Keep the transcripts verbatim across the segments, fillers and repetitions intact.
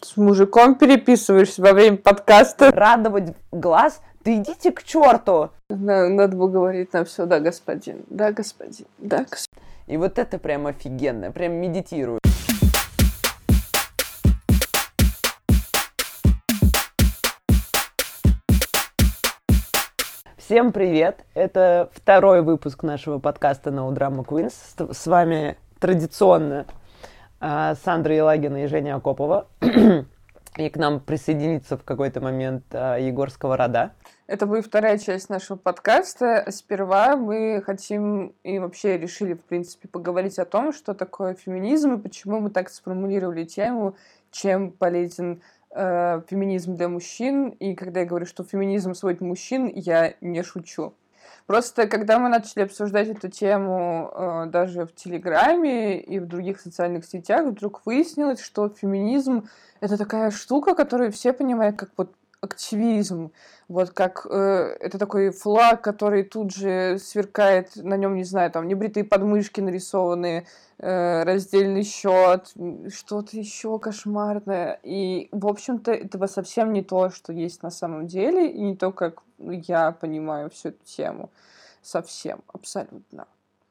с мужиком переписываешься во время подкаста. Радовать глаз? Да идите к черту! Надо было говорить нам все, да, господин, да, господин, да, господин. И вот это прям офигенно, прям медитирую. Всем привет! Это второй выпуск нашего подкаста No Drama Queens. С вами традиционно Сандра Елагина и Женя Акопова. И к нам присоединится в какой-то момент Егор Сковорода. Это будет вторая часть нашего подкаста. Сперва мы хотим и вообще решили, в принципе, поговорить о том, что такое феминизм и почему мы так сформулировали тему, чем полезен э, феминизм для мужчин. И когда я говорю, что феминизм сводит мужчин, я не шучу. Просто когда мы начали обсуждать эту тему э, даже в Телеграме и в других социальных сетях, вдруг выяснилось, что феминизм — это такая штука, которую все понимают как вот активизм. Вот как э, это такой флаг, который тут же сверкает, на нем, не знаю, там небритые подмышки нарисованы, э, раздельный счет, что-то еще кошмарное. И, в общем-то, этого совсем не то, что есть на самом деле, и не то, как я понимаю всю эту тему. Совсем, абсолютно.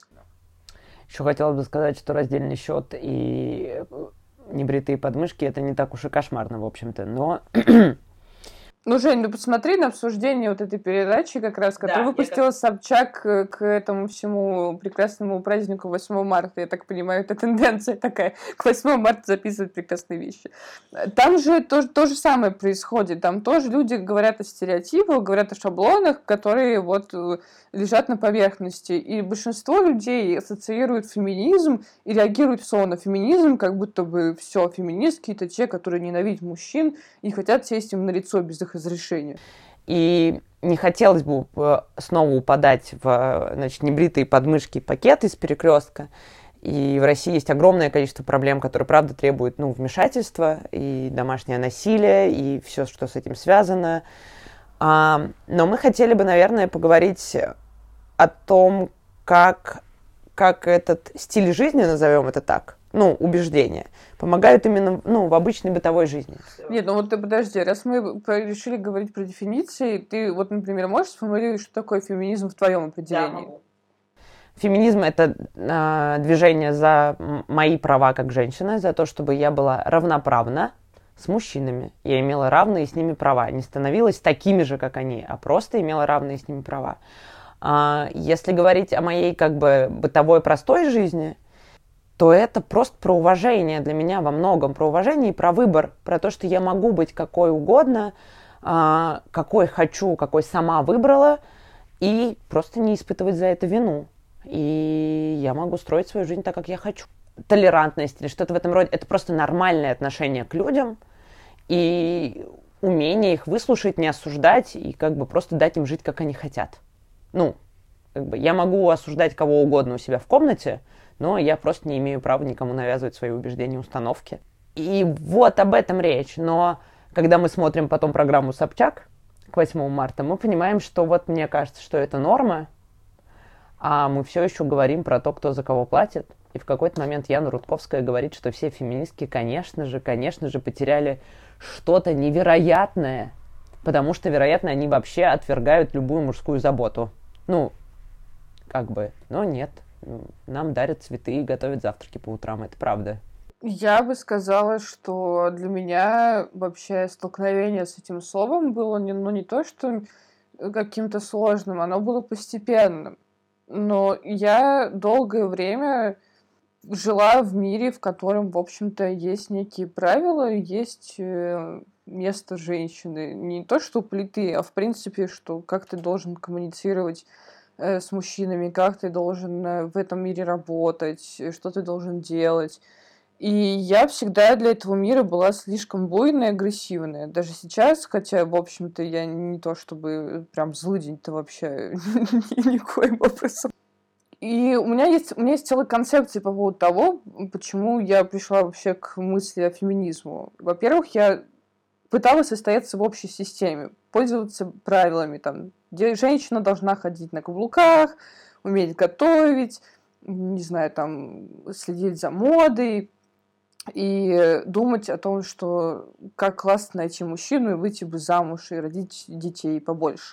Еще хотела бы сказать, что раздельный счет и небритые подмышки — это не так уж и кошмарно, в общем-то, но... Ну, Жень, ну посмотри на обсуждение вот этой передачи, как раз, которую да, выпустила как... Собчак к этому всему прекрасному празднику восьмого марта. Я так понимаю, это тенденция такая, к восьмому марта записывать прекрасные вещи. Там же то, то же самое происходит. Там тоже люди говорят о стереотипах, говорят о шаблонах, которые вот лежат на поверхности. И большинство людей ассоциируют феминизм и реагируют все на феминизм, как будто бы все феминистки — это те, которые ненавидят мужчин и хотят сесть им на лицо без их разрешения. И не хотелось бы снова упадать в, значит, небритые подмышки пакеты из Перекрестка. И в России есть огромное количество проблем, которые, правда, требуют, ну, вмешательства, и домашнее насилие, и все, что с этим связано. А, но мы хотели бы, наверное, поговорить о том, как, как этот стиль жизни, назовем это так, ну, убеждения, помогают именно, ну, в обычной бытовой жизни. Нет, ну вот ты подожди, раз мы решили говорить про дефиниции, ты вот, например, можешь сформулировать, что такое феминизм в твоем определении? Да, могу. Феминизм — это э, движение за мои права как женщины, за то, чтобы я была равноправна с мужчинами. Я имела равные с ними права. Не становилась такими же, как они, а просто имела равные с ними права. А, если говорить о моей как бы бытовой простой жизни, то это просто про уважение для меня во многом. Про уважение и про выбор. Про то, что я могу быть какой угодно, а, какой хочу, какой сама выбрала, и просто не испытывать за это вину. И я могу строить свою жизнь так, как я хочу. Толерантность или что-то в этом роде — это просто нормальное отношение к людям и умение их выслушать, не осуждать и как бы просто дать им жить, как они хотят. Ну, как бы я могу осуждать кого угодно у себя в комнате, но я просто не имею права никому навязывать свои убеждения и установки. И вот об этом речь. Но когда мы смотрим потом программу Собчак к восьмому марта, мы понимаем, что вот мне кажется, что это норма, а мы все еще говорим про то, кто за кого платит. И в какой-то момент Яна Рудковская говорит, что все феминистки, конечно же, конечно же, потеряли что-то невероятное, потому что, вероятно, они вообще отвергают любую мужскую заботу. Ну, как бы, но нет. Нам дарят цветы и готовят завтраки по утрам, это правда. Я бы сказала, что для меня вообще столкновение с этим словом было не, ну, не то, что каким-то сложным, оно было постепенным. Но я долгое время жила в мире, в котором, в общем-то, есть некие правила, есть э, место женщины. Не то, что у плиты, а в принципе, что как ты должен коммуницировать э, с мужчинами, как ты должен э, в этом мире работать, что ты должен делать. И я всегда для этого мира была слишком буйная и агрессивная. Даже сейчас, хотя, в общем-то, я не то чтобы прям злыдень-то вообще никоим образом. И у меня есть, у меня есть целая концепция по поводу того, почему я пришла вообще к мысли о феминизму. Во-первых, я пыталась состояться в общей системе, пользоваться правилами. Там, где женщина должна ходить на каблуках, уметь готовить, не знаю, там, следить за модой, и думать о том, что как классно найти мужчину и выйти бы замуж, и родить детей побольше.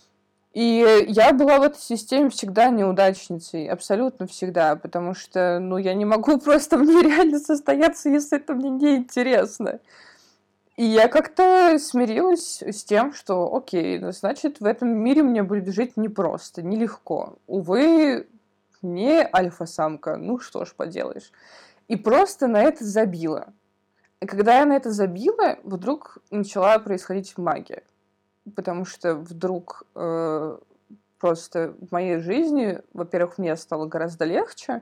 И я была в этой системе всегда неудачницей, абсолютно всегда, потому что, ну, я не могу просто в ней реально состояться, если это мне неинтересно. И я как-то смирилась с тем, что, окей, ну, значит, в этом мире мне будет жить непросто, нелегко. Увы, не альфа-самка, ну что ж поделаешь. И просто на это забила. И когда я на это забила, вдруг начала происходить магия. Потому что вдруг э, просто в моей жизни, во-первых, мне стало гораздо легче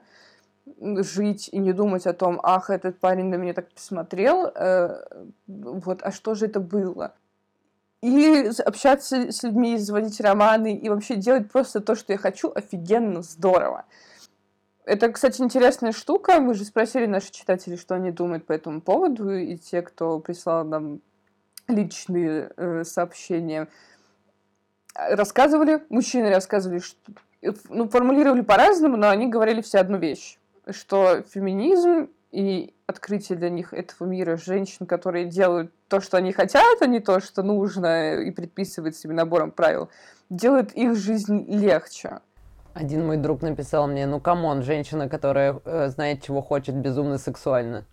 жить и не думать о том, ах, этот парень на меня так посмотрел, э, вот, а что же это было? И общаться с людьми, заводить романы и вообще делать просто то, что я хочу, офигенно здорово. Это, кстати, интересная штука. Мы же спросили наших читателей, что они думают по этому поводу, и те, кто прислал нам личные э, сообщения, рассказывали, мужчины рассказывали, что, ну, формулировали по-разному, но они говорили все одну вещь, что феминизм и открытие для них этого мира женщин, которые делают то, что они хотят, а не то, что нужно, и предписывает себе набором правил, делает их жизнь легче. Один мой друг написал мне: ну, камон, женщина, которая э, знает, чего хочет, безумно сексуальна.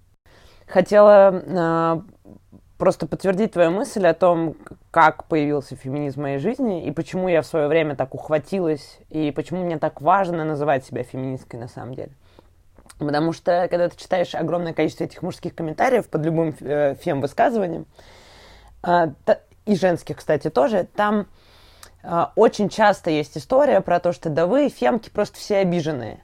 Хотела э, просто подтвердить твою мысль о том, как появился феминизм в моей жизни, и почему я в свое время так ухватилась, и почему мне так важно называть себя феминисткой на самом деле. Потому что, когда ты читаешь огромное количество этих мужских комментариев под любым э, фем-высказыванием, э, та, и женских, кстати, тоже, там э, очень часто есть история про то, что да вы, фемки, просто все обиженные.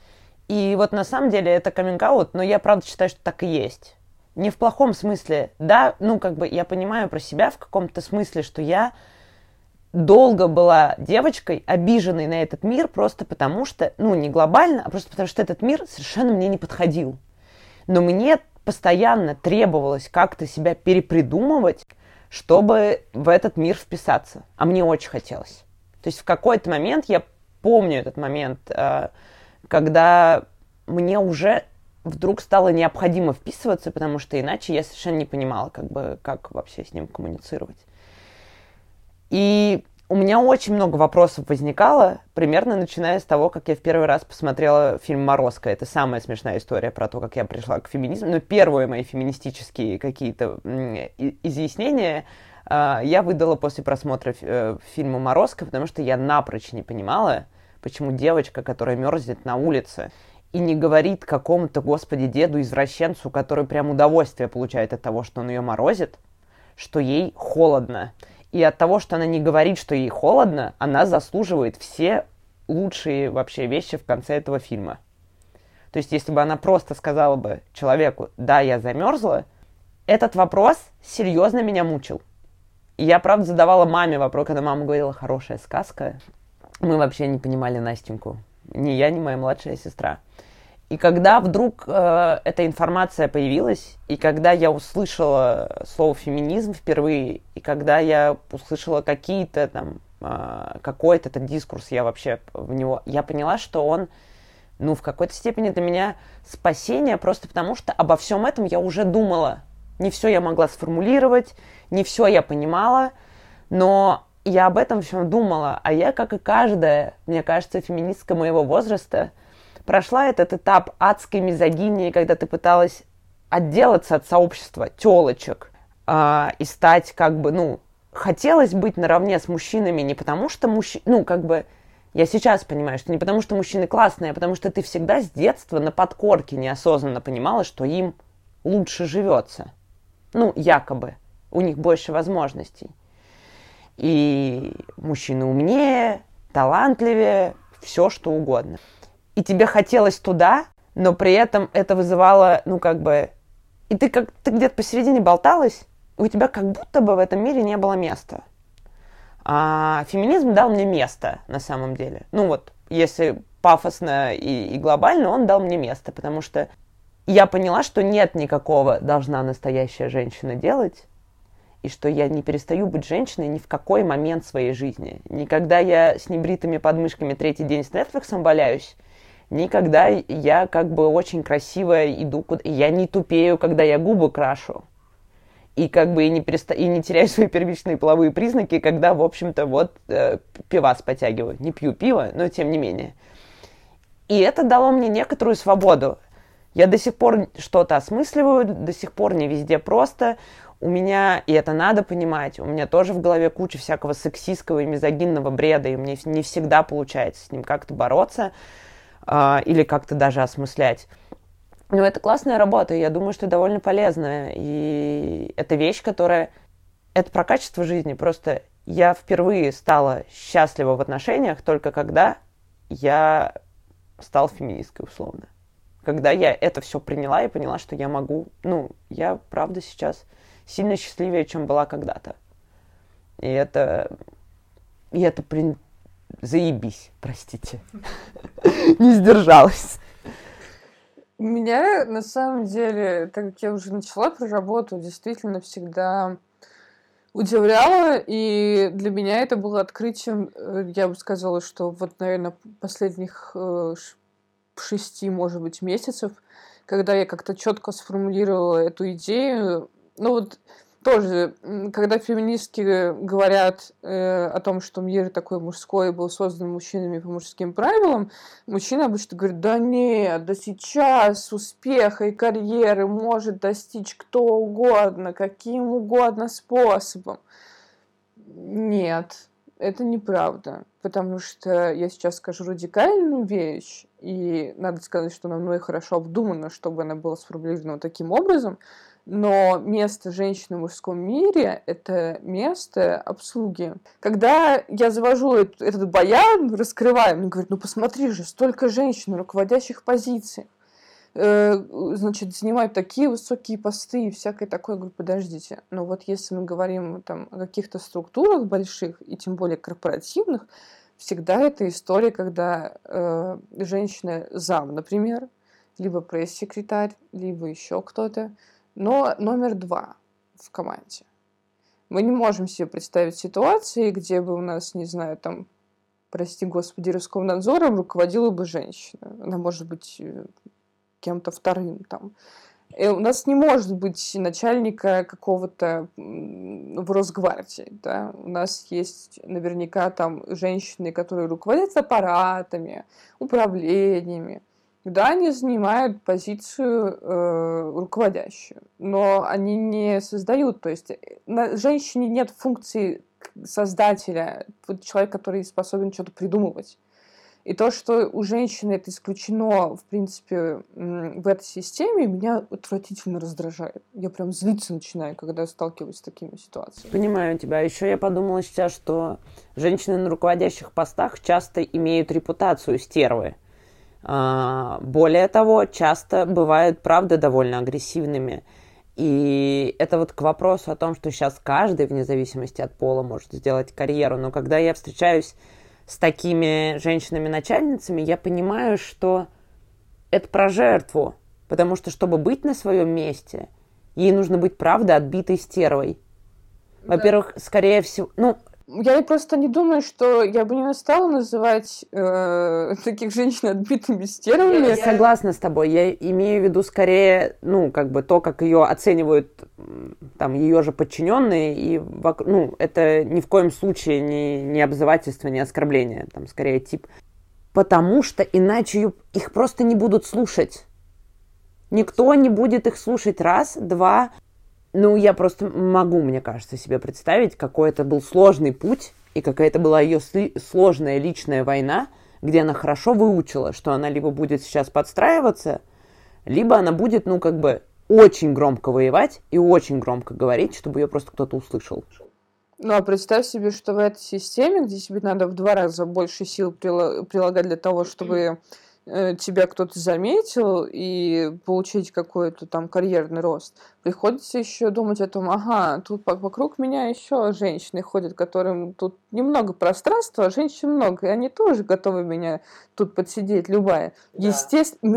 И вот на самом деле это каминг-аут, но я правда считаю, что так и есть. Не в плохом смысле, да, ну как бы я понимаю про себя в каком-то смысле, что я долго была девочкой, обиженной на этот мир просто потому что, ну не глобально, а просто потому что этот мир совершенно мне не подходил. Но мне постоянно требовалось как-то себя перепридумывать, чтобы в этот мир вписаться. А мне очень хотелось. То есть в какой-то момент, я помню этот момент, когда мне уже вдруг стало необходимо вписываться, потому что иначе я совершенно не понимала, как бы, как вообще с ним коммуницировать. И у меня очень много вопросов возникало, примерно начиная с того, как я в первый раз посмотрела фильм «Морозко». Это самая смешная история про то, как я пришла к феминизму. Но первые мои феминистические какие-то изъяснения я выдала после просмотра фильма «Морозко», потому что я напрочь не понимала, почему девочка, которая мерзнет на улице и не говорит какому-то, господи, деду-извращенцу, который прям удовольствие получает от того, что он ее морозит, что ей холодно. И от того, что она не говорит, что ей холодно, она заслуживает все лучшие вообще вещи в конце этого фильма. То есть, если бы она просто сказала бы человеку: да, я замерзла, этот вопрос серьезно меня мучил. И я, правда, задавала маме вопрос, когда мама говорила: хорошая сказка. Мы вообще не понимали Настеньку. Ни я, ни моя младшая сестра. И когда вдруг э, эта информация появилась, и когда я услышала слово «феминизм» впервые, и когда я услышала какие-то там, э, какой-то там дискурс, я вообще в него, я поняла, что он, ну, в какой-то степени для меня спасение, просто потому что обо всем этом я уже думала. Не все я могла сформулировать, не все я понимала, но я об этом всем думала. А я, как и каждая, мне кажется, феминистка моего возраста, прошла этот этап адской мизогинии, когда ты пыталась отделаться от сообщества тёлочек э, и стать как бы, ну, хотелось быть наравне с мужчинами не потому что мужчины, ну, как бы, я сейчас понимаю, что не потому что мужчины классные, а потому что ты всегда с детства на подкорке неосознанно понимала, что им лучше живется. Ну, якобы, у них больше возможностей. И мужчины умнее, талантливее, все что угодно. И тебе хотелось туда, но при этом это вызывало, ну, как бы... И ты, как, ты где-то посередине болталась, и у тебя как будто бы в этом мире не было места. А феминизм дал мне место, на самом деле. Ну, вот, если пафосно и, и глобально, он дал мне место, потому что я поняла, что нет никакого «должна настоящая женщина делать», и что я не перестаю быть женщиной ни в какой момент своей жизни. Ни когда я с небритыми подмышками третий день с Netflix'ом валяюсь, никогда я как бы очень красиво иду, куда... я не тупею, когда я губы крашу. И как бы и не, переста... и не теряю свои первичные половые признаки, когда, в общем-то, вот э, пивас потягиваю. Не пью пиво, но тем не менее. И это дало мне некоторую свободу. Я до сих пор что-то осмысливаю, до сих пор не везде просто. У меня, и это надо понимать, у меня тоже в голове куча всякого сексистского и мизогинного бреда, и мне не всегда получается с ним как-то бороться э, или как-то даже осмыслять. Но это классная работа, и я думаю, что довольно полезная. И это вещь, которая... Это про качество жизни. Просто я впервые стала счастлива в отношениях только когда я стала феминисткой, условно. Когда я это все приняла и поняла, что я могу... Ну, я, правда, сейчас сильно счастливее, чем была когда-то. И это... И это, при... заебись, простите. Не сдержалась. Меня, на самом деле, так как я уже начала про работу, действительно всегда удивляло, и для меня это было открытием, я бы сказала, что вот, наверное, последних э, шести, может быть, месяцев, когда я как-то четко сформулировала эту идею. Ну вот тоже, когда феминистки говорят э, о том, что мир такой мужской был создан мужчинами по мужским правилам, мужчины обычно говорят: да нет, да сейчас успеха и карьеры может достичь кто угодно, каким угодно способом. Нет, это неправда, потому что я сейчас скажу радикальную вещь, и надо сказать, что она мной хорошо обдумана, чтобы она была сформулирована таким образом. Но место женщины в мужском мире – это место обслуги. Когда я завожу этот, этот баян, раскрываю, мне говорят: ну посмотри же, столько женщин в руководящих позициях, э, значит, занимают такие высокие посты и всякое такое. Я говорю: подождите, но вот если мы говорим там о каких-то структурах больших, и тем более корпоративных, всегда это история, когда э, женщина зам, например, либо пресс-секретарь, либо еще кто-то, но номер два в команде. Мы не можем себе представить ситуации, где бы у нас, не знаю, там, прости господи, Роскомнадзором руководила бы женщина. Она может быть кем-то вторым там. И у нас не может быть начальника какого-то в Росгвардии, да. У нас есть наверняка там женщины, которые руководят аппаратами, управлениями. Да, они занимают позицию э, руководящую, но они не создают, то есть на женщине нет функции создателя, вот человек, который способен что-то придумывать. И то, что у женщины это исключено, в принципе, в этой системе, меня отвратительно раздражает. Я прям злиться начинаю, когда сталкиваюсь с такими ситуациями. Понимаю тебя. Еще я подумала сейчас, что женщины на руководящих постах часто имеют репутацию стервы. Более того, часто бывают, правда, довольно агрессивными. И это вот к вопросу о том, что сейчас каждый, вне зависимости от пола, может сделать карьеру. Но когда я встречаюсь с такими женщинами-начальницами, я понимаю, что это про жертву. Потому что, чтобы быть на своем месте, ей нужно быть, правда, отбитой стервой. Во-первых, да. Скорее всего... ну Я просто не думаю, что я бы не стала называть э, таких женщин отбитыми стервами. Я согласна с тобой. Я имею в виду скорее, ну, как бы то, как ее оценивают там ее же подчиненные, и ну, это ни в коем случае не, не обзывательство, не оскорбление, там, скорее тип. Потому что иначе их просто не будут слушать. Никто не будет их слушать. Раз, два... Ну, я просто могу, мне кажется, себе представить, какой это был сложный путь, и какая это была ее сложная личная война, где она хорошо выучила, что она либо будет сейчас подстраиваться, либо она будет, ну, как бы, очень громко воевать и очень громко говорить, чтобы ее просто кто-то услышал. Ну, а представь себе, что в этой системе, где тебе надо в два раза больше сил прилагать для того, чтобы тебя кто-то заметил и получить какой-то там карьерный рост, приходится еще думать о том: ага, тут вокруг меня еще женщины ходят, которым тут немного пространства, а женщин много, и они тоже готовы меня тут подсидеть, любая. Да. Естественно,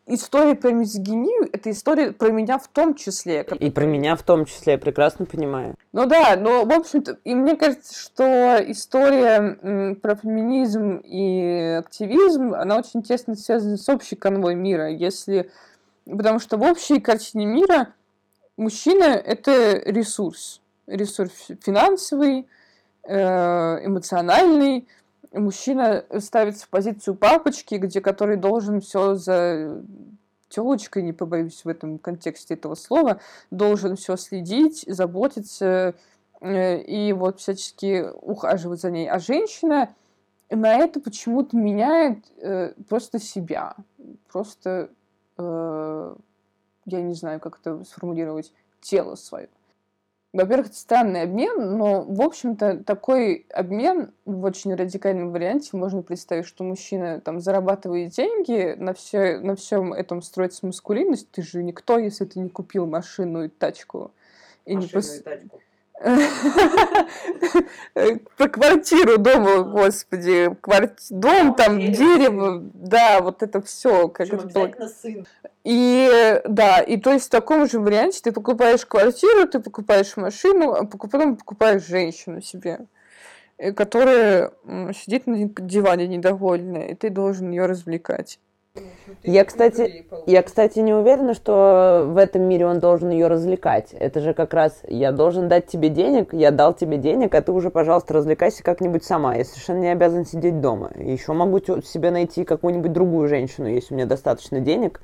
история про мизогинию — это история про меня в том числе. И про меня в том числе, я прекрасно понимаю. Ну да, но, в общем-то, и мне кажется, что история м, про феминизм и активизм, она очень тесно связана с общей канвой мира, если... Потому что в общей картине мира мужчина — это ресурс. Ресурс финансовый, э, эмоциональный. Мужчина ставится в позицию папочки, где который должен все за тёлочкой, не побоюсь в этом контексте этого слова, должен все следить, заботиться э, и вот всячески ухаживать за ней. А женщина на это почему-то меняет э, просто себя. Просто, э, я не знаю, как это сформулировать, тело свое. Во-первых, это странный обмен, но, в общем-то, такой обмен в очень радикальном варианте можно представить, что мужчина там зарабатывает деньги, на, все, на всем этом строится маскулинность. Ты же никто, если ты не купил машину и тачку. И Машину не пос... и тачку. Про квартиру дома, господи, дом, там, дерево, да, вот это все. Обязательно сын. И да, и то есть в таком же варианте ты покупаешь квартиру, ты покупаешь машину, а потом покупаешь женщину себе, которая сидит на диване недовольная, и ты должен ее развлекать. Я, кстати, я, кстати, не уверена, что в этом мире он должен ее развлекать. Это же как раз я должен дать тебе денег, я дал тебе денег, а ты уже, пожалуйста, развлекайся как-нибудь сама. Я совершенно не обязан сидеть дома. Еще могу себе найти какую-нибудь другую женщину, если у меня достаточно денег.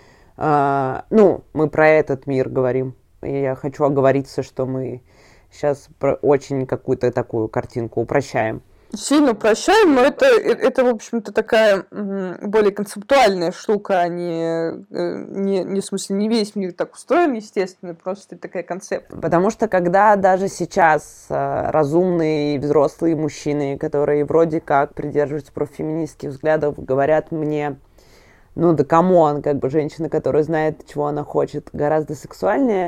А, ну, мы про этот мир говорим. И я хочу оговориться, что мы сейчас про очень какую-то такую картинку упрощаем. Сильно упрощаем, но это, это, в общем-то, такая более концептуальная штука, а не, не, не в смысле, не весь мир так устроен, естественно, просто такая концепция. Потому что когда даже сейчас разумные взрослые мужчины, которые вроде как придерживаются профеминистских взглядов, говорят мне, ну да камон, как бы женщина, которая знает, чего она хочет, гораздо сексуальнее,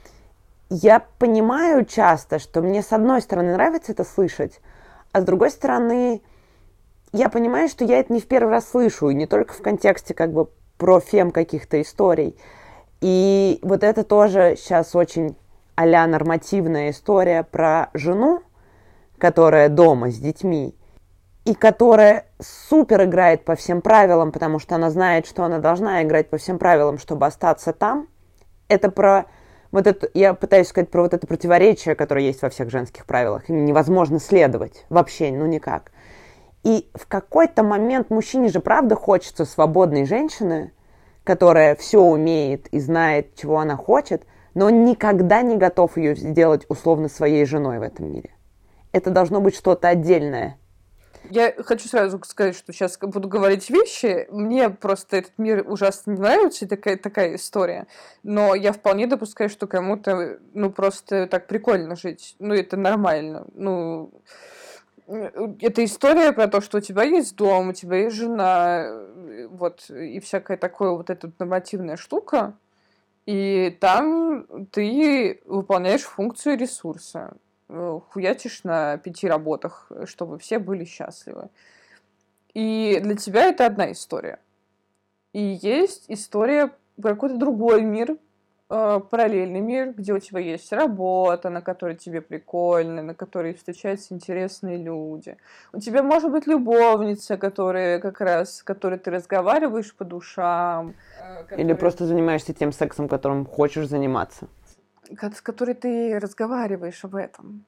я понимаю часто, что мне с одной стороны нравится это слышать, а с другой стороны, я понимаю, что я это не в первый раз слышу, и не только в контексте как бы про фем каких-то историй. И вот это тоже сейчас очень а-ля нормативная история про жену, которая дома с детьми, и которая супер играет по всем правилам, потому что она знает, что она должна играть по всем правилам, чтобы остаться там. Это про... Вот это, я пытаюсь сказать про вот это противоречие, которое есть во всех женских правилах. Им невозможно следовать вообще, ну никак. И в какой-то момент мужчине же правда хочется свободной женщины, которая все умеет и знает, чего она хочет, но он никогда не готов ее сделать условно своей женой в этом мире. Это должно быть что-то отдельное. Я хочу сразу сказать, что сейчас буду говорить вещи. Мне просто этот мир ужасно не нравится, и такая, такая история. Но я вполне допускаю, что кому-то, ну, просто так прикольно жить. Ну, это нормально. Ну, это история про то, что у тебя есть дом, у тебя есть жена, вот, и всякая такая вот эта нормативная штука. И там ты выполняешь функцию ресурса. Хуячишь на пяти работах, чтобы все были счастливы. И для тебя это одна история. И есть история про какой-то другой мир, э, параллельный мир, где у тебя есть работа, на которой тебе прикольно, на которой встречаются интересные люди. У тебя может быть любовница, которая как раз, с которой ты разговариваешь по душам. Которая... Или просто занимаешься тем сексом, которым хочешь заниматься. С которой ты разговариваешь об этом.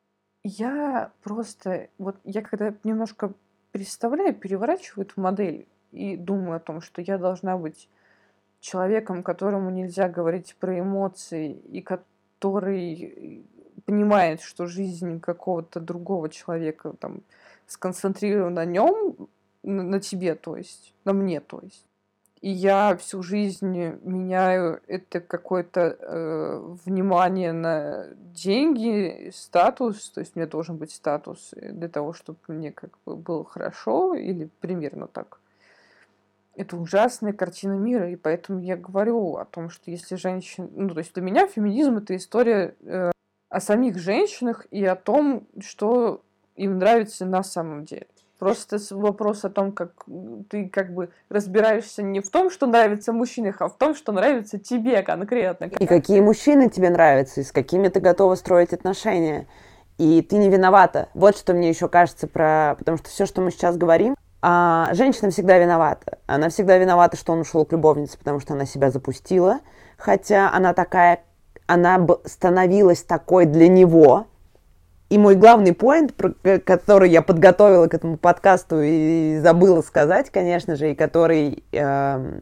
Я просто... Вот я когда немножко представляю, переворачиваю эту модель и думаю о том, что я должна быть человеком, которому нельзя говорить про эмоции, и который понимает, что жизнь какого-то другого человека там сконцентрирована на нем, на, на тебе, то есть, на мне, то есть. И я всю жизнь меняю это какое-то э, внимание на деньги, статус. То есть у меня должен быть статус для того, чтобы мне как бы было хорошо, или примерно так. Это ужасная картина мира, и поэтому я говорю о том, что если женщина... Ну, то есть для меня феминизм — это история э, о самих женщинах и о том, что им нравится на самом деле. Просто вопрос о том, как ты как бы разбираешься не в том, что нравится мужчинам, а в том, что нравится тебе конкретно. И какие мужчины тебе нравятся, и с какими ты готова строить отношения. И ты не виновата. Вот что мне еще кажется про... Потому что все, что мы сейчас говорим, а женщина всегда виновата. Она всегда виновата, что он ушел к любовнице, потому что она себя запустила. Хотя она такая... Она становилась такой для него. И мой главный поинт, который я подготовила к этому подкасту и забыла сказать, конечно же, и который э,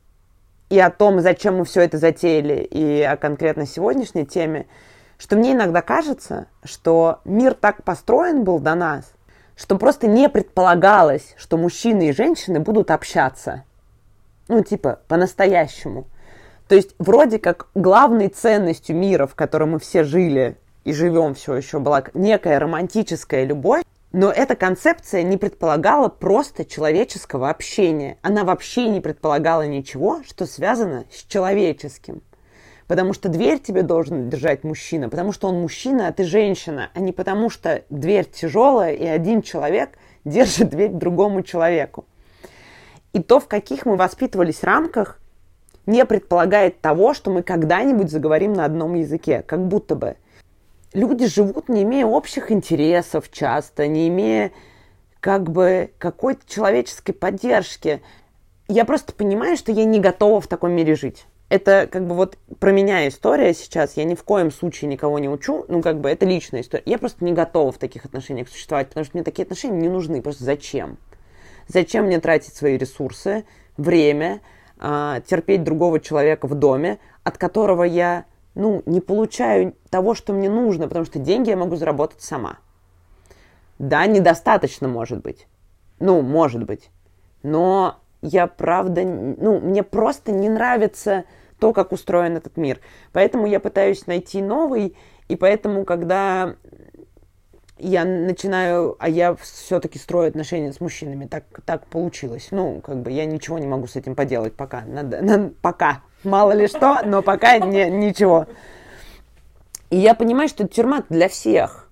и о том, зачем мы все это затеяли, и о конкретно сегодняшней теме, что мне иногда кажется, что мир так построен был до нас, что просто не предполагалось, что мужчины и женщины будут общаться. Ну, типа, по-настоящему. То есть, вроде как главной ценностью мира, в котором мы все жили, и живем все еще, была некая романтическая любовь, но эта концепция не предполагала просто человеческого общения. Она вообще не предполагала ничего, что связано с человеческим. Потому что дверь тебе должен держать мужчина, потому что он мужчина, а ты женщина, а не потому что дверь тяжелая, и один человек держит дверь другому человеку. И то, в каких мы воспитывались рамках, не предполагает того, что мы когда-нибудь заговорим на одном языке, как будто бы. Люди живут, не имея общих интересов часто, не имея как бы какой-то человеческой поддержки. Я просто понимаю, что я не готова в таком мире жить. Это как бы вот про меня история сейчас. Я ни в коем случае никого не учу. Ну, как бы это личная история. Я просто не готова в таких отношениях существовать, потому что мне такие отношения не нужны. Просто зачем? Зачем мне тратить свои ресурсы, время, терпеть другого человека в доме, от которого я... ну, не получаю того, что мне нужно, потому что деньги я могу заработать сама. Да, недостаточно, может быть. Ну, может быть. Но я, правда, ну, мне просто не нравится то, как устроен этот мир. Поэтому я пытаюсь найти новый, и поэтому, когда я начинаю, а я все-таки строю отношения с мужчинами, так, так получилось. Ну, как бы я ничего не могу с этим поделать пока. Надо, надо, пока. Мало ли что, но пока не, ничего. И я понимаю, что это тюрьма для всех.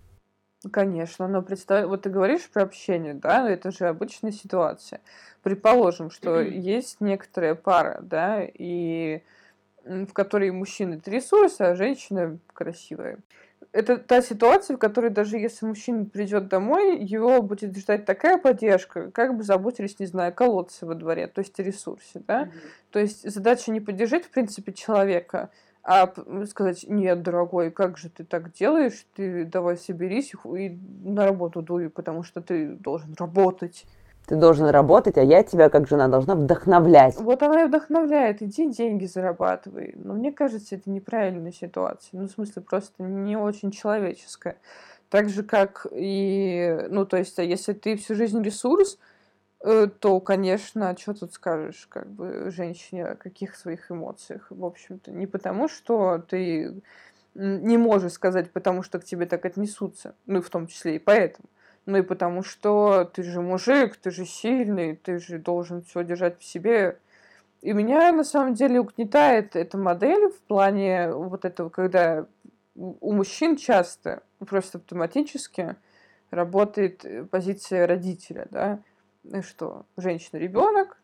Конечно, но представь, вот ты говоришь про общение, да, но это же обычная ситуация. Предположим, что есть некоторая пара, да, и в которой мужчина это ресурс, а женщина красивая. Это та ситуация, в которой даже если мужчина придет домой, его будет ждать такая поддержка, как бы заботились, не знаю, колодцы во дворе, то есть ресурсы, да. Mm-hmm. То есть задача не поддержать, в принципе, человека, а сказать: нет, дорогой, как же ты так делаешь, ты давай соберись и на работу дуй, потому что ты должен работать. Ты должен работать, а я тебя, как жена, должна вдохновлять. Вот она и вдохновляет. Иди деньги зарабатывай. Но мне кажется, это неправильная ситуация. Ну, в смысле, просто не очень человеческая. Так же, как и... Ну, то есть, если ты всю жизнь ресурс, то, конечно, что тут скажешь, как бы, женщине о каких своих эмоциях? В общем-то, не потому, что ты не можешь сказать, потому что к тебе так отнесутся. Ну, в том числе и поэтому. Ну и потому что ты же мужик, ты же сильный, ты же должен все держать в себе. И меня на самом деле угнетает эта модель в плане вот этого, когда у мужчин часто просто автоматически работает позиция родителя, да, что женщина ребенок,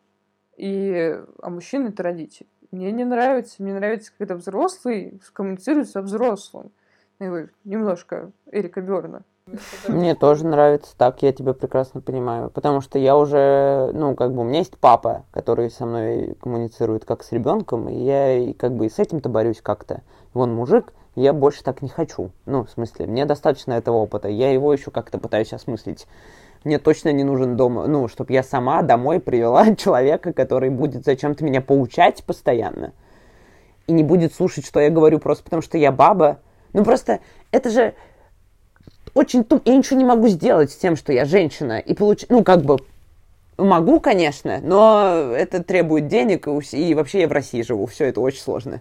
и, а мужчина это родитель. Мне не нравится, мне нравится, когда взрослый коммуницирует со взрослым. Немножко Эрика Бёрна. Мне тоже нравится так, я тебя прекрасно понимаю, потому что я уже, ну, как бы, у меня есть папа, который со мной коммуницирует как с ребенком, и я как бы и с этим-то борюсь как-то. Вон мужик, я больше так не хочу, ну, в смысле, мне достаточно этого опыта, я его еще как-то пытаюсь осмыслить. Мне точно не нужен дома, ну, чтобы я сама домой привела человека, который будет зачем-то меня поучать постоянно, и не будет слушать, что я говорю, просто потому что я баба. Ну, просто, это же... очень тупо. Я ничего не могу сделать с тем, что я женщина. И получ... Ну, как бы, могу, конечно, но это требует денег, и вообще я в России живу. Все это очень сложно.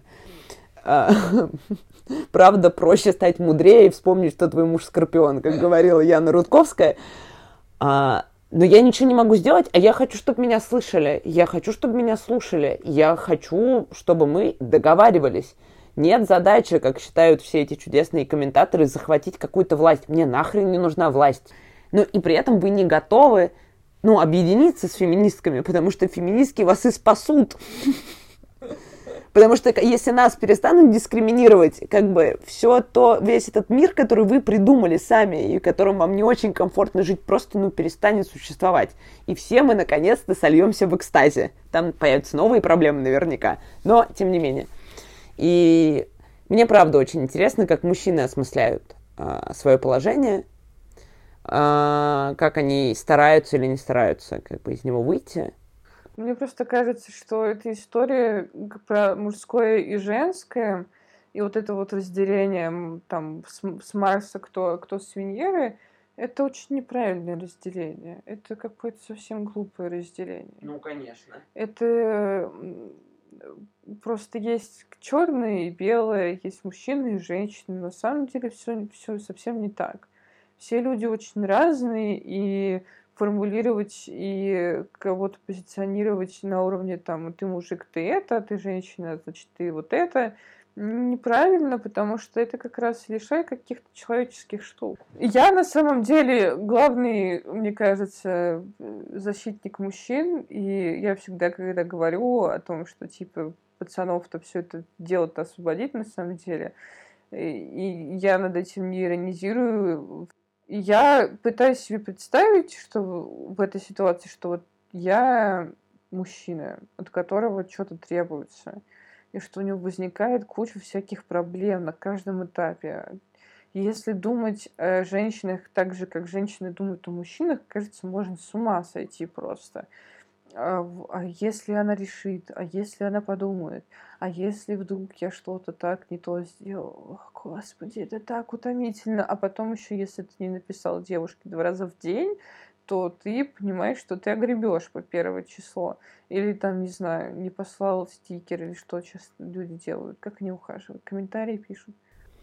Правда, проще стать мудрее и вспомнить, что твой муж скорпион, как говорила Яна Рудковская. Но я ничего не могу сделать, а я хочу, чтобы меня слышали. Я хочу, чтобы меня слушали. Я хочу, чтобы мы договаривались. Нет задачи, как считают все эти чудесные комментаторы, захватить какую-то власть. Мне нахрен не нужна власть. но и при этом вы не готовы, ну, объединиться с феминистками, потому что феминистки вас и спасут. Потому что если нас перестанут дискриминировать, как бы все то, весь этот мир, который вы придумали сами, и в котором вам не очень комфортно жить, просто, ну, перестанет существовать. И все мы, наконец-то, сольемся в экстазе. Там появятся новые проблемы наверняка, но тем не менее. И мне, правда, очень интересно, как мужчины осмысляют а, свое положение, а, как они стараются или не стараются как бы из него выйти. Мне просто кажется, что эта история про мужское и женское, и вот это вот разделение там с, с Марса кто, кто с Венеры, это очень неправильное разделение. Это какое-то совсем глупое разделение. Ну, конечно. Это просто есть черное и белое, есть мужчины и женщины. На самом деле все, все совсем не так. Все люди очень разные, и формулировать и кого-то позиционировать на уровне там ты мужик, ты это, ты женщина, значит, ты вот это, неправильно, потому что это как раз лишает каких-то человеческих штук. Я на самом деле главный, мне кажется, защитник мужчин, и я всегда, когда говорю о том, что типа пацанов-то все это дело-то освободить на самом деле, и я над этим не иронизирую. Я пытаюсь себе представить, что в этой ситуации, что вот я мужчина, от которого что-то требуется, и что у него возникает куча всяких проблем на каждом этапе. Если думать о женщинах так же, как женщины думают о мужчинах, кажется, можно с ума сойти просто. А, а если она решит, а если она подумает, а если вдруг я что-то так не то сделал, ох, господи, это так утомительно. А потом еще, если ты не написал девушке два раза в день, то ты понимаешь, что ты огребешь по первое число. Или там, не знаю, не послал стикер, или что сейчас люди делают, как они ухаживают, комментарии пишут.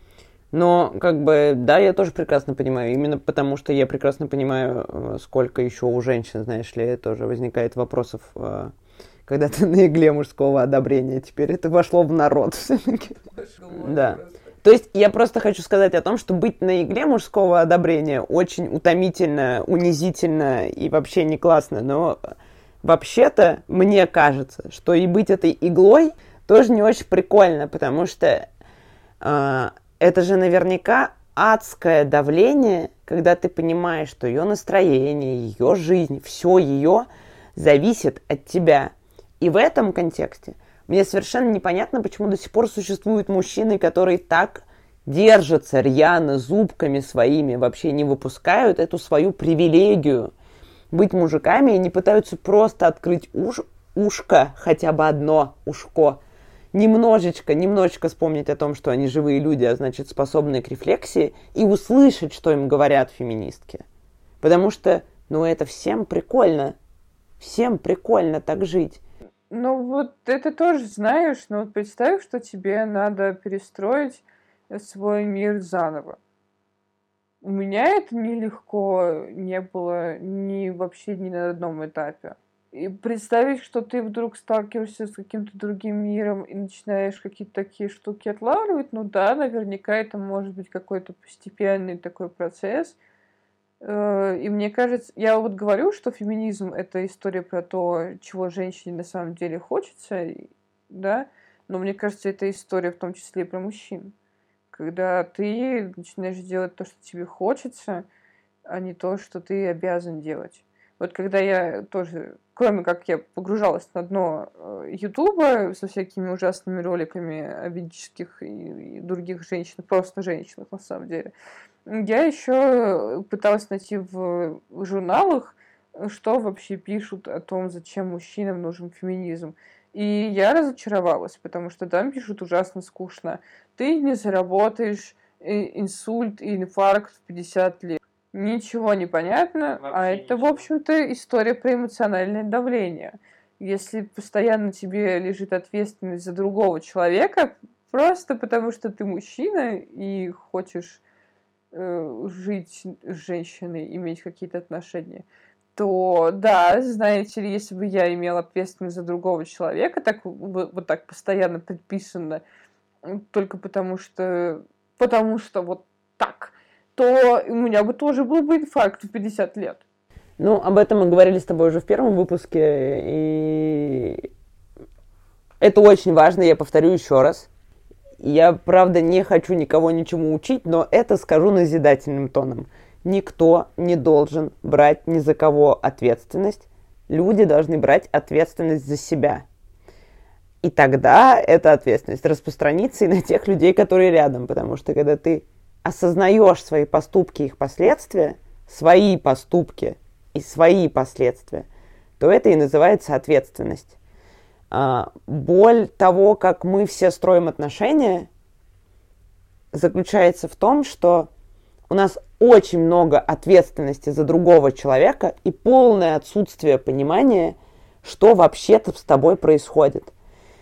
Но, как бы, да, я тоже прекрасно понимаю. Именно потому, что я прекрасно понимаю, сколько еще у женщин, знаешь ли, тоже возникает вопросов, когда ты на игле мужского одобрения. Теперь это вошло в народ все-таки. Да. То есть я просто хочу сказать о том, что быть на игле мужского одобрения очень утомительно, унизительно и вообще не классно. Но вообще-то мне кажется, что и быть этой иглой тоже не очень прикольно, потому что э, это же наверняка адское давление, когда ты понимаешь, что ее настроение, ее жизнь, все ее зависит от тебя. И в этом контексте мне совершенно непонятно, почему до сих пор существуют мужчины, которые так держатся рьяно зубками своими, вообще не выпускают эту свою привилегию быть мужиками и не пытаются просто открыть уш, ушко, хотя бы одно ушко, немножечко, немножечко вспомнить о том, что они живые люди, а значит способны к рефлексии, и услышать, что им говорят феминистки. Потому что, ну, это всем прикольно. Всем прикольно так жить. Ну, вот это тоже знаешь, но вот представь, что тебе надо перестроить свой мир заново. У меня это нелегко не было ни вообще ни на одном этапе. И представить, что ты вдруг сталкиваешься с каким-то другим миром и начинаешь какие-то такие штуки отлавливать, ну да, наверняка это может быть какой-то постепенный такой процесс. И мне кажется, я вот говорю, что феминизм — это история про то, чего женщине на самом деле хочется, да, но мне кажется, это история в том числе и про мужчин. Когда ты начинаешь делать то, что тебе хочется, а не то, что ты обязан делать. Вот когда я тоже, кроме как я погружалась на дно Ютуба со всякими ужасными роликами о ведических и, и других женщинах, просто женщинах на самом деле, я еще пыталась найти в журналах, что вообще пишут о том, зачем мужчинам нужен феминизм. И я разочаровалась, потому что там пишут ужасно скучно. Ты не заработаешь инсульт и инфаркт в пятьдесят лет. Ничего не понятно, вообще а это, ничего. В общем-то, история про эмоциональное давление. Если постоянно тебе лежит ответственность за другого человека, просто потому что ты мужчина и хочешь э, жить с женщиной, иметь какие-то отношения, то да, знаете ли, если бы я имела ответственность за другого человека, так вот так постоянно предписано, только потому что, потому что вот так, то у меня бы тоже был бы инфаркт в пятьдесят лет. Ну, об этом мы говорили с тобой уже в первом выпуске, и это очень важно, я повторю еще раз. Я, правда, не хочу никого ничему учить, но это скажу назидательным тоном. Никто не должен брать ни за кого ответственность. Люди должны брать ответственность за себя. И тогда эта ответственность распространится и на тех людей, которые рядом. Потому что когда ты осознаешь свои поступки и их последствия, свои поступки и свои последствия, то это и называется ответственность. А, боль того, как мы все строим отношения, заключается в том, что у нас очень много ответственности за другого человека и полное отсутствие понимания, что вообще-то с тобой происходит.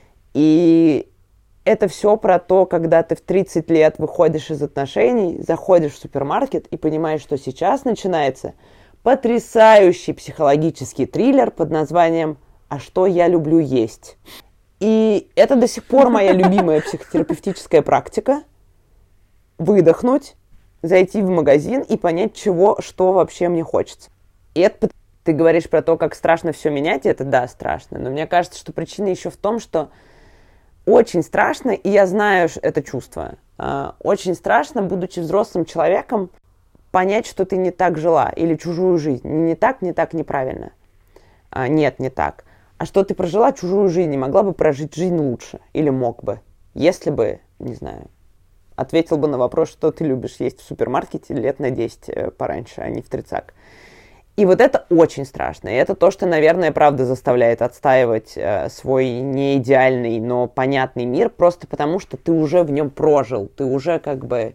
И это все про то, когда ты в тридцать лет выходишь из отношений, заходишь в супермаркет и понимаешь, что сейчас начинается потрясающий психологический триллер под названием «А что я люблю есть?». И это до сих пор моя любимая психотерапевтическая практика. Выдохнуть, зайти в магазин и понять, чего, что вообще мне хочется. И это ты говоришь про то, как страшно все менять, и это да, страшно. Но мне кажется, что причина еще в том, что очень страшно, и я знаю это чувство, очень страшно, будучи взрослым человеком, понять, что ты не так жила, или чужую жизнь. Не так, не так, неправильно. Нет, не так. А что ты прожила чужую жизнь и могла бы прожить жизнь лучше, или мог бы, если бы, не знаю, ответил бы на вопрос, что ты любишь есть в супермаркете лет на десять пораньше, а не в тридцать. И вот это очень страшно. И это то, что, наверное, правда заставляет отстаивать э, свой неидеальный, но понятный мир, просто потому что ты уже в нем прожил. Ты уже как бы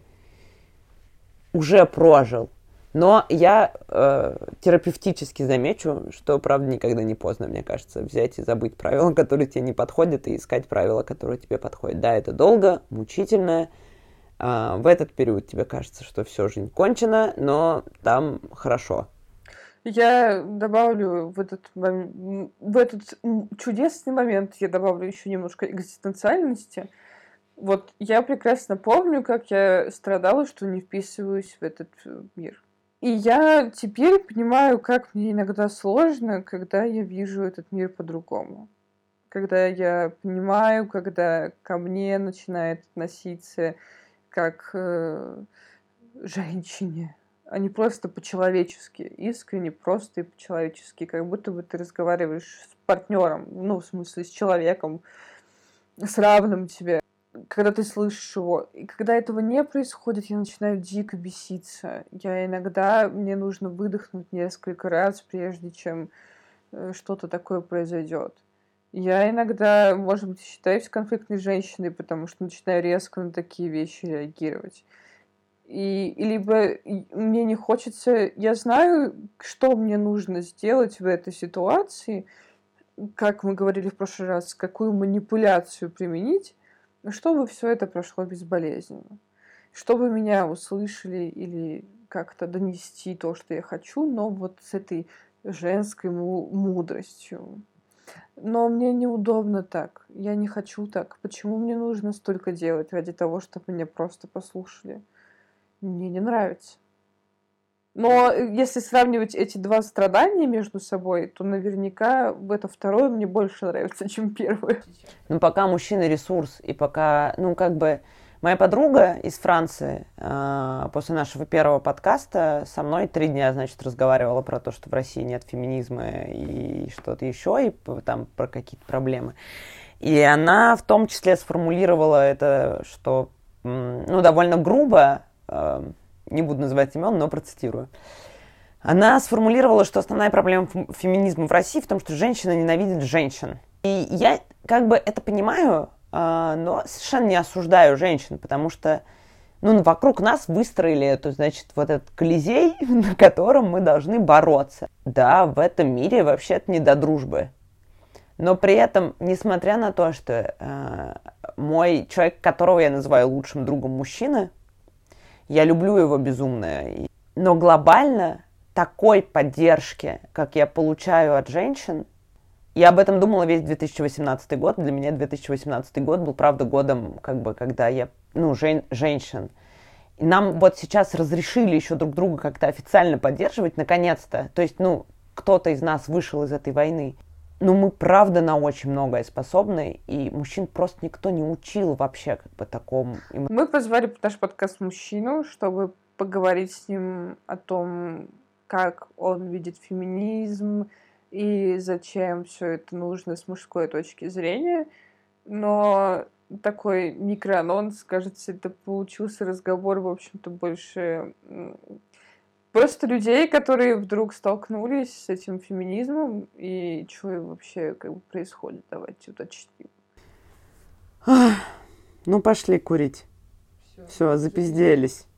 уже прожил. Но я э, терапевтически замечу, что, правда, никогда не поздно, мне кажется, взять и забыть правила, которые тебе не подходят, и искать правила, которые тебе подходят. Да, это долго, мучительно. Э, в этот период тебе кажется, что все, жизнь кончена, но там хорошо. Я добавлю в этот, мом... в этот чудесный момент, я добавлю еще немножко экзистенциальности. Вот я прекрасно помню, как я страдала, что не вписываюсь в этот мир. И я теперь понимаю, как мне иногда сложно, когда я вижу этот мир по-другому. Когда я понимаю, когда ко мне начинает относиться как э, женщине, а не просто по-человечески, искренне, просто и по-человечески, как будто бы ты разговариваешь с партнером, ну, в смысле, с человеком, с равным тебе, когда ты слышишь его. И когда этого не происходит, я начинаю дико беситься. Я иногда, мне нужно выдохнуть несколько раз, прежде чем что-то такое произойдет. Я иногда, может быть, считаюсь конфликтной женщиной, потому что начинаю резко на такие вещи реагировать. И либо мне не хочется... Я знаю, что мне нужно сделать в этой ситуации, как мы говорили в прошлый раз, какую манипуляцию применить, чтобы все это прошло безболезненно. Чтобы меня услышали или как-то донести то, что я хочу, но вот с этой женской мудростью. Но мне неудобно так. Я не хочу так. Почему мне нужно столько делать ради того, чтобы меня просто послушали? Мне не нравится. Но если сравнивать эти два страдания между собой, то наверняка это второе мне больше нравится, чем первое. Ну, пока мужчина ресурс, и пока, ну, как бы, моя подруга из Франции э, после нашего первого подкаста со мной три дня, значит, разговаривала про то, что в России нет феминизма и что-то еще, и там про какие-то проблемы. И она в том числе сформулировала это, что, ну, довольно грубо, э, не буду называть имен, но процитирую. Она сформулировала, что основная проблема феминизма в России в том, что женщина ненавидит женщин. И я как бы это понимаю, но совершенно не осуждаю женщин, потому что, ну, вокруг нас выстроили эту, значит, вот этот колизей, на котором мы должны бороться. Да, в этом мире вообще-то не до дружбы. Но при этом, несмотря на то, что э, мой человек, которого я называю лучшим другом мужчина, я люблю его безумно. Но глобально такой поддержки, как я получаю от женщин, я об этом думала весь две тысячи восемнадцатый год. Для меня две тысячи восемнадцатый год был, правда, годом, как бы, когда я, ну, жен, женщин. И нам вот сейчас разрешили еще друг друга как-то официально поддерживать, наконец-то. То есть, ну, кто-то из нас вышел из этой войны. Но мы правда на очень многое способны, и мужчин просто никто не учил вообще как бы такому. Мы позвали в наш подкаст мужчину, чтобы поговорить с ним о том, как он видит феминизм и зачем все это нужно с мужской точки зрения. Но такой микроанонс, кажется, это получился разговор, в общем-то, больше просто людей, которые вдруг столкнулись с этим феминизмом, и что вообще как бы происходит, давайте уточним. Ну, пошли курить. Все, запизделись.